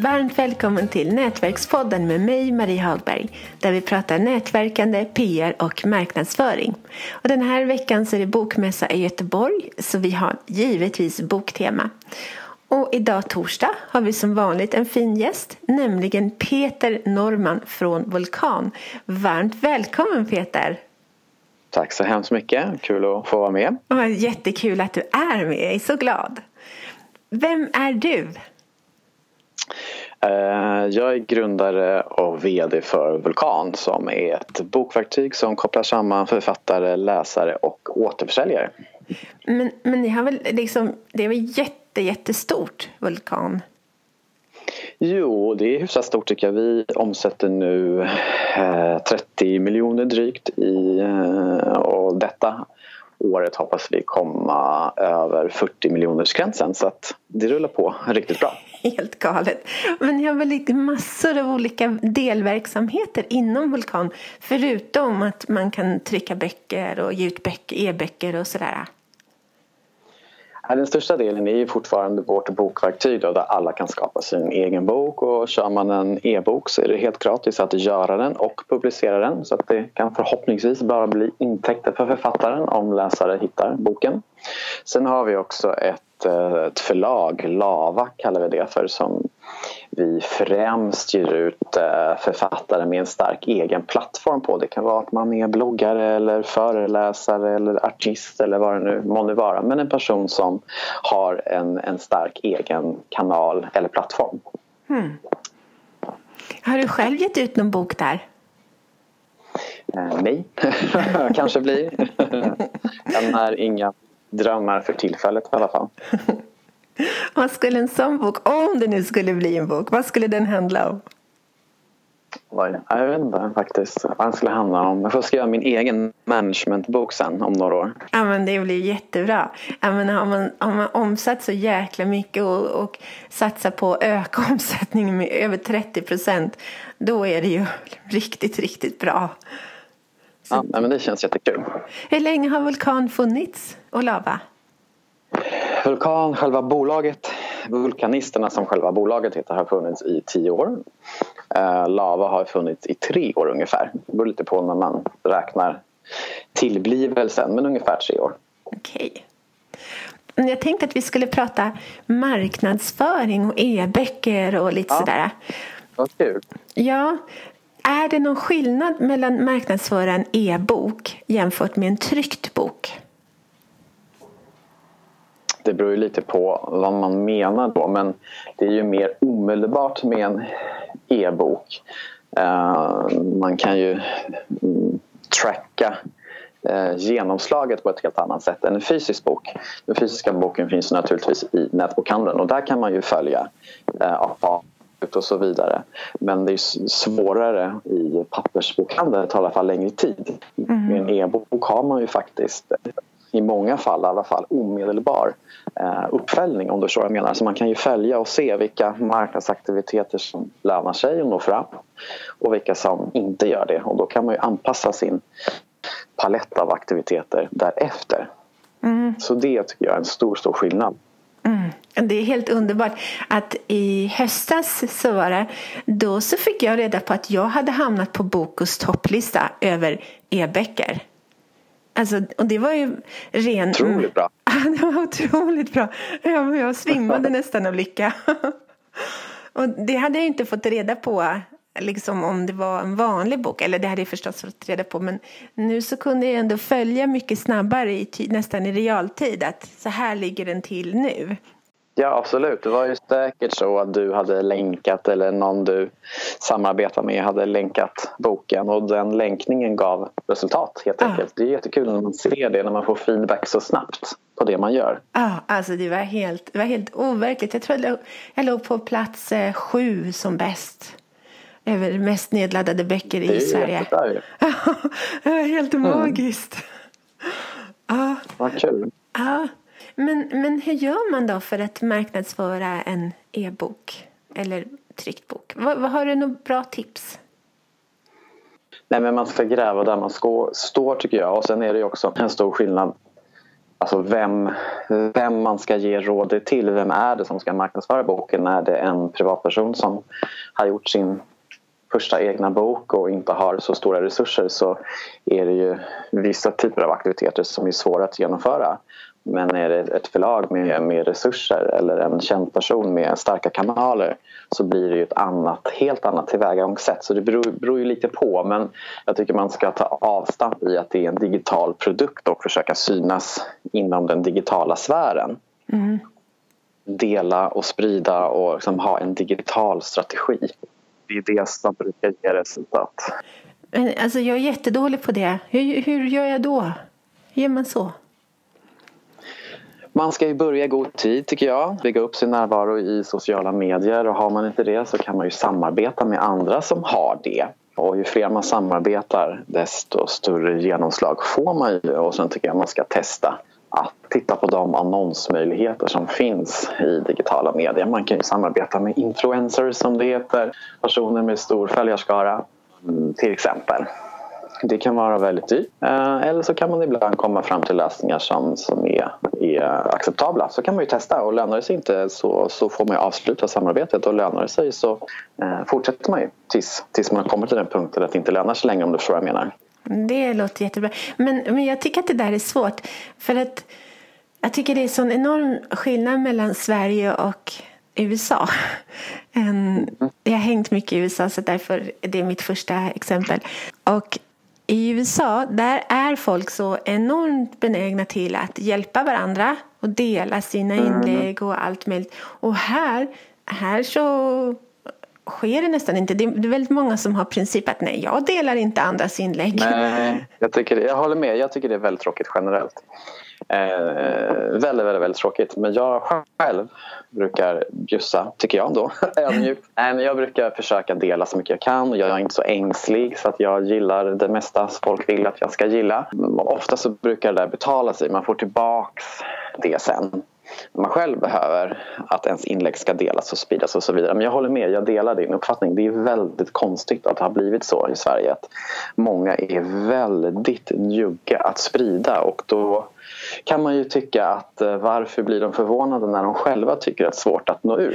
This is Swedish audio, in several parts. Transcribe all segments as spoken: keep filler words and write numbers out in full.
Varmt välkommen till Nätverkspodden med mig, Marie Hagberg, där vi pratar nätverkande, P R och marknadsföring. Och den här veckan så är det bokmässa i Göteborg, så vi har givetvis boktema. Och idag torsdag har vi som vanligt en fin gäst, nämligen Peter Norman från Vulkan. Varmt välkommen, Peter! Tack så hemskt mycket, kul att få vara med. Oh, jättekul att du är med, jag är så glad. Vem är du? Jag är grundare och vd för Vulkan, som är ett bokverktyg som kopplar samman författare, läsare och återförsäljare. Men, men ni har väl liksom, det är väl jätte, jättestort, Vulkan? Jo, det är hyfsat stort tycker jag. Vi omsätter nu trettio miljoner drygt i, och detta året hoppas vi komma över fyrtio miljoners gränsen, så att det rullar på riktigt bra. Helt galet. Men ni har väl massor av olika delverksamheter inom Vulkan, förutom att man kan trycka böcker och ge ut böcker, e-böcker och sådär. Den största delen är ju fortfarande vårt bokverktyg då, där alla kan skapa sin egen bok, och kör man en e-bok så är det helt gratis att göra den och publicera den, så att det kan förhoppningsvis bara bli intäkter för författaren om läsare hittar boken. Sen har vi också ett, ett förlag, Lava kallar vi det för, som vi främst ger ut författare med en stark egen plattform på. Det kan vara att man är bloggare eller föreläsare eller artist eller vad det nu måste vara. Men en person som har en, en stark egen kanal eller plattform. Hmm. Har du själv gett ut någon bok där? Eh, nej, kanske blir. Den är inga drömmar för tillfället i alla fall. Vad skulle en sån bok, om det nu skulle bli en bok, vad skulle den handla om? Jag vet inte faktiskt vad den skulle handla om. Jag får skriva min egen managementbok sen om några år. Ja, men det blir jättebra. Jag menar, har, man, har man omsatt så jäkla mycket och, och satsar på att öka omsättningen med över trettio procent, då är det ju riktigt, riktigt bra. Så, ja, men det känns jättekul. Hur länge har Vulkan funnits och Lava? Vulkan, själva bolaget, Vulkanisterna som själva bolaget heter, har funnits i tio år. Uh, Lava har funnits i tre år ungefär. Det beror lite på när man räknar tillblivelsen, men ungefär tre år. Okej. Jag tänkte att vi skulle prata marknadsföring och e-böcker och lite ja, sådär. Vad kul. Ja, är det någon skillnad mellan marknadsföra en e-bok jämfört med en tryckt bok? Det beror ju lite på vad man menar då, men det är ju mer omedelbart med en e-bok. Uh, man kan ju mm, tracka uh, genomslaget på ett helt annat sätt än en fysisk bok. Den fysiska boken finns naturligtvis i nätbokhandeln, och där kan man ju följa uh, och så vidare. Men det är svårare i pappersbokhandeln, det tar i alla fall längre tid. Mm. Med en e-bok har man ju faktiskt i många fall i alla fall omedelbar eh, uppföljning, om du så jag menar. Så man kan ju följa och se vilka marknadsaktiviteter som lönar sig och når fram och vilka som inte gör det. Och då kan man ju anpassa sin palett av aktiviteter därefter. Mm. Så det tycker jag är en stor, stor skillnad. Mm. Det är helt underbart att i höstas så var det, då så fick jag reda på att jag hade hamnat på Bokus topplista över e-böcker. Alltså, och det var ju ren... Otroligt bra. Det var otroligt bra. Jag, jag svimmade nästan av lycka. Och det hade jag inte fått reda på liksom, om det var en vanlig bok. Eller det hade jag förstås fått reda på. Men nu så kunde jag ändå följa mycket snabbare, i, nästan i realtid. Att så här ligger den till nu. Ja, absolut. Det var ju säkert så att du hade länkat, eller någon du samarbetar med hade länkat boken, och den länkningen gav resultat helt enkelt. Ah. Det är jättekul när man ser det, när man får feedback så snabbt på det man gör. Ja, ah, alltså det var helt, det var helt overkligt. Jag tror jag, jag låg på plats eh, sju som bäst över mest nedladdade böcker i Sverige. Det är Det var helt mm. magiskt. Ah. Vad kul. Ja. Ah. Men, men hur gör man då för att marknadsföra en e-bok eller tryckt bok? Vad, vad har du några bra tips? Nej, men man ska gräva där man ska, står tycker jag. Och sen är det ju också en stor skillnad alltså vem, vem man ska ge råd till. Vem är det som ska marknadsföra boken? Är det en privatperson som har gjort sin första egna bok och inte har så stora resurser, så är det ju vissa typer av aktiviteter som är svåra att genomföra. Men är det ett förlag med, med resurser eller en känd person med starka kanaler, så blir det ju ett annat, helt annat tillvägagångssätt. Så det beror, beror ju lite på, men jag tycker man ska ta avstamp i att det är en digital produkt och försöka synas inom den digitala sfären. Mm. Dela och sprida och liksom ha en digital strategi. Det är det som brukar ge resultat. Men alltså jag är jättedålig på det. Hur, hur gör jag då? Hur gör man så? Man ska ju börja i god tid, tycker jag. Bygga upp sin närvaro i sociala medier. Och har man inte det, så kan man ju samarbeta med andra som har det. Och ju fler man samarbetar, desto större genomslag får man ju. Och sen tycker jag man ska testa att titta på de annonsmöjligheter som finns i digitala medier. Man kan ju samarbeta med influencers, som det heter. Personer med stor följarskara, till exempel. Det kan vara väldigt dyrt. Eller så kan man ibland komma fram till lösningar som, som är, är acceptabla. Så kan man ju testa, och lönar det sig inte så, så får man ju avsluta samarbetet. Och lönar det sig så eh, fortsätter man ju tills, tills man kommer till den punkten att det inte lönar sig längre, om du förstår vad jag menar. Det låter jättebra. Men, men jag tycker att det där är svårt. För att jag tycker det är sån enorm skillnad mellan Sverige och U S A. En, jag har hängt mycket i U S A, så därför är det mitt första exempel. Och i U S A, där är folk så enormt benägna till att hjälpa varandra och dela sina inlägg och allt möjligt. Och här, här så sker det nästan inte. Det är väldigt många som har princip att nej, jag delar inte andras inlägg. Nej, jag, tycker det, jag håller med. Jag tycker det är väldigt tråkigt generellt. Eh, väldigt, väldigt, väldigt tråkigt. Men jag själv brukar bjussa, tycker jag då, ödmjukt. Nej, men jag brukar försöka dela så mycket jag kan, och jag är inte så ängslig, så att jag gillar det mesta som folk vill att jag ska gilla. Ofta så brukar det där betala sig. Man får tillbaks det sen. Man själv behöver att ens inlägg ska delas och spridas och så vidare. Men jag håller med, jag delar din uppfattning. Det är väldigt konstigt att det har blivit så i Sverige, att många är väldigt njugga att sprida, och då kan man ju tycka att varför blir de förvånade när de själva tycker att det är svårt att nå ut?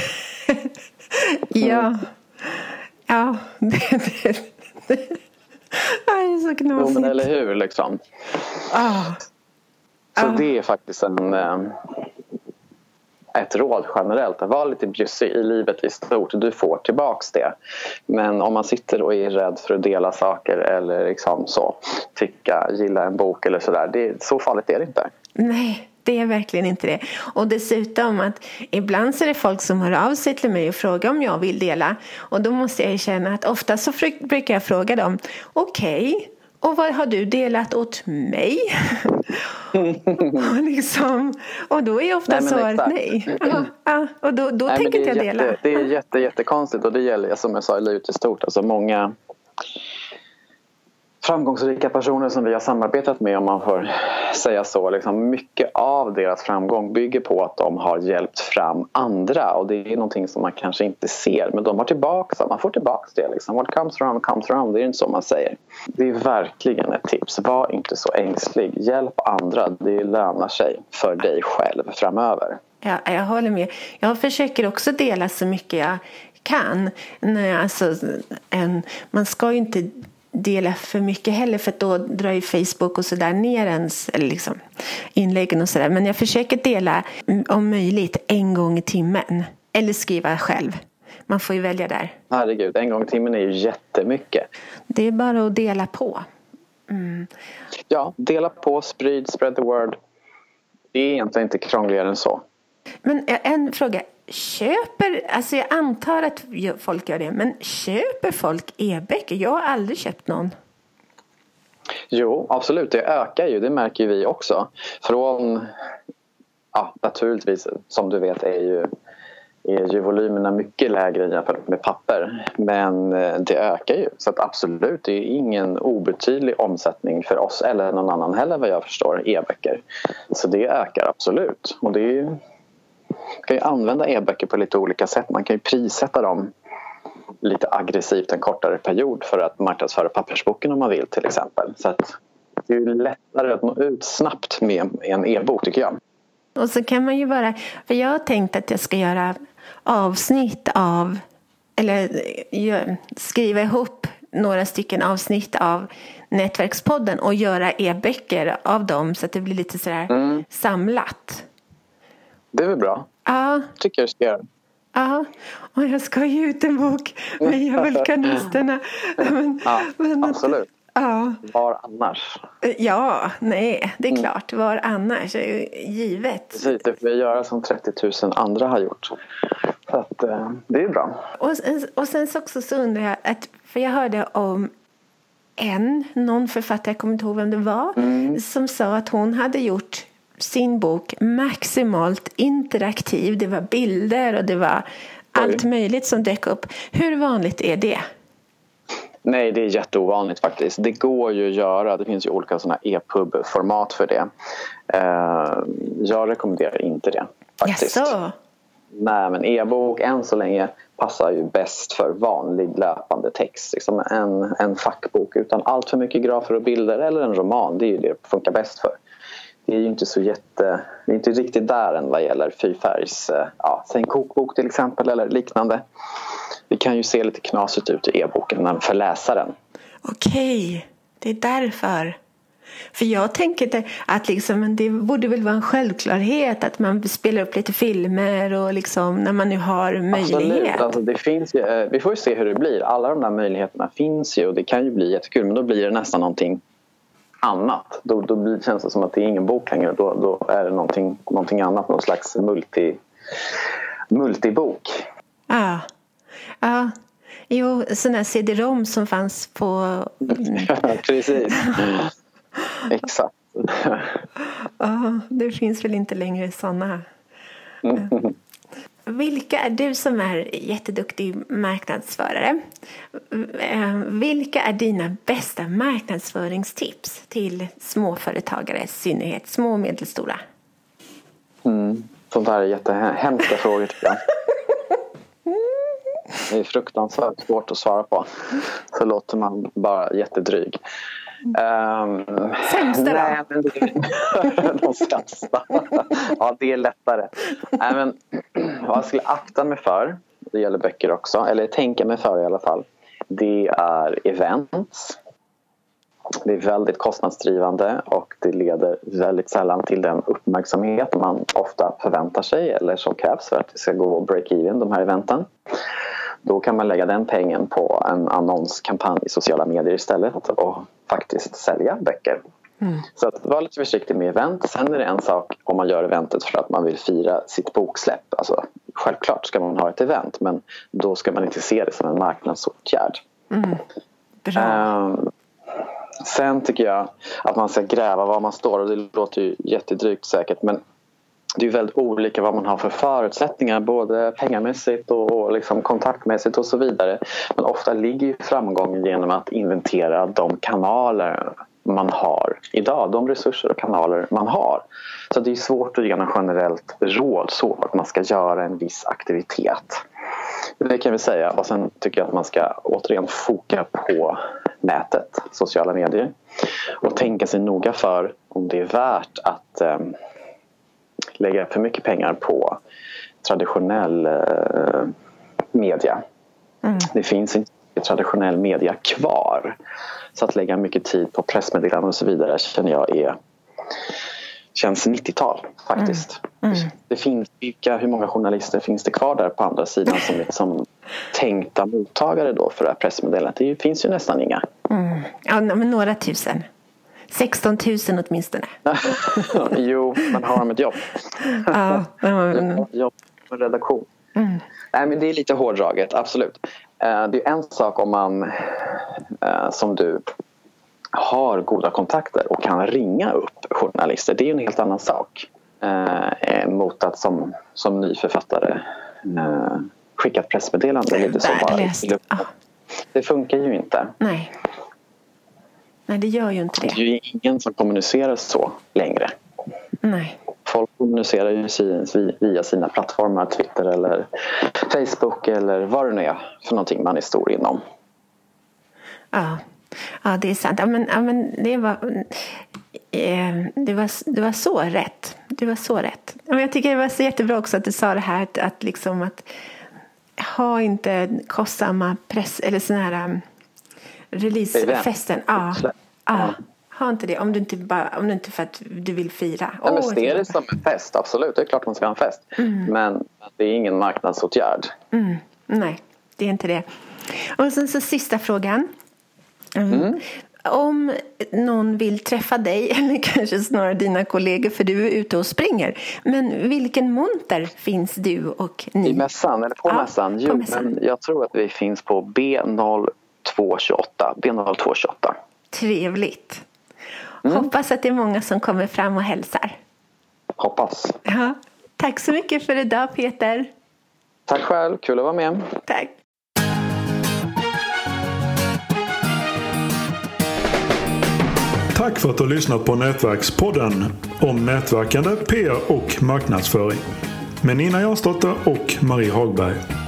Ja, ja, det, det, det. Det är så knasigt. Jo, men eller hur liksom. Ah. Så ah. det är faktiskt en, ett råd generellt. Att vara lite bjussig i livet i stort. Du får tillbaks det. Men om man sitter och är rädd för att dela saker eller liksom så, tycka, gilla en bok eller sådär. Det, så farligt är det inte. Nej, det är verkligen inte det. Och dessutom att ibland så är det folk som hör av sig till mig och frågar om jag vill dela. Och då måste jag känna att ofta så brukar jag fråga dem, okej, okay, och vad har du delat åt mig? och, liksom, och då är ofta svaret nej. Ja, ja, och då, då nej, tänker inte jag jätte, dela. Det är jätte, jättekonstigt, och det gäller, som jag sa, i livet i stort. Alltså många framgångsrika personer som vi har samarbetat med, om man får säga så, liksom mycket av deras framgång bygger på att de har hjälpt fram andra, och det är någonting som man kanske inte ser, men de har tillbaka, man får tillbaka det liksom. What comes around comes around, det är inte så man säger. Det är verkligen ett tips, var inte så ängslig, hjälp andra, det lönar sig för dig själv framöver. Ja, jag håller med. Jag försöker också dela så mycket jag kan. Nej, alltså, en, man ska ju inte dela för mycket heller, för att då drar ju Facebook och sådär ner ens liksom, inläggen och sådär. Men jag försöker dela om möjligt en gång i timmen. Eller skriva själv. Man får ju välja där. Herregud, en gång i timmen är ju jättemycket. Det är bara att dela på. Mm. Ja, dela på, sprid, spread the word. Det är egentligen inte krångligare än så. Men en fråga. Köper, alltså jag antar att folk gör det, men köper folk e-böcker? Jag har aldrig köpt någon. Jo, absolut, det ökar ju, det märker vi också. Från, ja, naturligtvis, som du vet är ju, är ju volymerna mycket lägre jämfört med papper. Men det ökar ju, så att absolut, det är ingen obetydlig omsättning för oss eller någon annan heller vad jag förstår, e-böcker. Så det ökar absolut, och det är ju, man kan ju använda e-böcker på lite olika sätt. Man kan ju prissätta dem lite aggressivt en kortare period för att marknadsföra pappersboken om man vill till exempel. Så att det är ju lättare att nå ut snabbt med en e-bok, tycker jag. Och så kan man ju bara, för jag har tänkt att jag ska göra avsnitt av, eller skriva ihop några stycken avsnitt av Nätverkspodden och göra e-böcker av dem så att det blir lite sådär mm. samlat. Det är väl bra. Ja. Tycker jag ska göra. Ja, och jag ska ge ut en bok med djävulkanisterna. Men, ja, men absolut. Ja. Var annars? Ja, nej, det är klart. Var annars? Givet. Precis, det får vi göra som trettio tusen andra har gjort. Så att, eh, det är bra. Och, och sen så också så undrar jag, att, för jag hörde om en, någon författare, jag kommer inte ihåg vem det var, mm. som sa att hon hade gjort sin bok maximalt interaktiv. Det var bilder och det var Oj. allt möjligt som dök upp. Hur vanligt är det? Nej, det är jätteovanligt faktiskt. Det går ju att göra. Det finns ju olika sådana e-pub-format för det. Jag rekommenderar inte det faktiskt. Jaså? Nej, men e-bok än så länge passar ju bäst för vanlig löpande text. Liksom en, en fackbok utan allt för mycket grafer och bilder, eller en roman. Det är ju det det funkar bäst för. Det är ju inte så jätte, det är inte riktigt där än vad gäller fyrfärgs, ja, en kokbok till exempel eller liknande. Det kan ju se lite knasigt ut i e-boken för läsaren. Okej, det är därför. För jag tänker att liksom, det borde väl vara en självklarhet att man spelar upp lite filmer och liksom, när man nu har möjlighet. Absolut, alltså det finns ju, vi får ju se hur det blir. Alla de där möjligheterna finns ju och det kan ju bli jättekul, men då blir det nästan någonting annat. Då, då blir, känns det som att det är ingen bok längre. Då, då är det någonting, någonting annat, någon slags multi, multibok. Ja, ja. Jo, sådana här C D-rom som fanns på... Ja, precis. Exakt. Ja, det finns väl inte längre sådana. Mm. Vilka är du som är jätteduktig marknadsförare? Vilka är dina bästa marknadsföringstips till småföretagare, i synnerhet små och medelstora? Mm. Sånt här är jättehemska frågor, tycker jag. Det är fruktansvärt svårt att svara på. Så låter man bara jättedryg. Um, Sämsta då? Nej, men det är de sämsta. Ja, det är lättare. Nej, men vad jag skulle akta mig för, det gäller böcker också, eller tänka mig för i alla fall, det är events. Det är väldigt kostnadsdrivande och det leder väldigt sällan till den uppmärksamhet man ofta förväntar sig eller som krävs för att det ska gå att break even, de här eventen. Då kan man lägga den pengen på en annonskampanj i sociala medier istället och faktiskt sälja böcker. Mm. Så att var lite försiktig med event. Sen är det en sak om man gör eventet för att man vill fira sitt boksläpp. Alltså, självklart ska man ha ett event, men då ska man inte se det som en marknadsåtgärd. Mm. Bra. Um, sen tycker jag att man ska gräva var man står, och det låter ju jättedrygt säkert, men det är väldigt olika vad man har för förutsättningar, både pengamässigt och liksom kontaktmässigt och så vidare. Men ofta ligger ju framgången genom att inventera de kanaler man har idag, de resurser och kanaler man har. Så det är svårt att ge något generellt råd så att man ska göra en viss aktivitet. Det kan vi säga. Och sen tycker jag att man ska återigen foka på nätet, sociala medier. Och tänka sig noga för om det är värt att um, lägga för mycket pengar på traditionell uh, media. Mm. Det finns inte traditionell media kvar. Så att lägga mycket tid på pressmeddelanden och så vidare känner jag är känns nittiotal faktiskt. Mm. Mm. Det finns vilka, hur många journalister finns det kvar där på andra sidan som, som tänkta mottagare då för det här pressmeddelandet? Det finns ju nästan inga. Mm. Ja, men några tusen. sexton tusen åtminstone. Jo, man har de ett jobb. Ja, mm. Jobb på redaktion. Mm. Nej, men det är lite hårdraget, absolut. Det är en sak om man som du har goda kontakter och kan ringa upp journalister. Det är ju en helt annan sak eh, mot att som, som ny författare eh, skicka ett pressmeddelande. Lite så bara. Ah. Det funkar ju inte. Nej. Nej, det gör ju inte det. Det är ju ingen som kommunicerar så längre. Nej. Folk kommunicerar ju via sina plattformar, Twitter eller Facebook eller vad det nu är för någonting man är stor inom. Ja. Ja, det är sant. Ja, men, ja, men det var... Eh, det var, det var så rätt. Det var så rätt. Ja, men jag tycker det var så jättebra också att du sa det här att, att liksom att ha inte kostsamma press eller sån här um, releasefesten. Ja, ja. Ha inte det om du inte bara om du inte för att du vill fira. Ja, men Åh, se det som en fest, absolut. Det är klart man ska ha en fest. Mm. Men det är ingen marknadsåtgärd. Mm. Nej, det är inte det. Och sen så sista frågan. Mm. Mm. Om någon vill träffa dig eller kanske snarare dina kollegor för du är ute och springer. Men vilken monter finns du och ni? I mässan eller på ja, mässan? Jo, på mässan. Men jag tror att vi finns på B noll två tjugoåtta. B noll två tjugoåtta. Trevligt. Mm. Hoppas att det är många som kommer fram och hälsar. Hoppas. Ja. Tack så mycket för idag, Peter. Tack själv, kul att vara med. Tack. Tack för att du har lyssnat på Nätverkspodden om nätverkande, P R och marknadsföring med Nina Jansdotter och Marie Hagberg.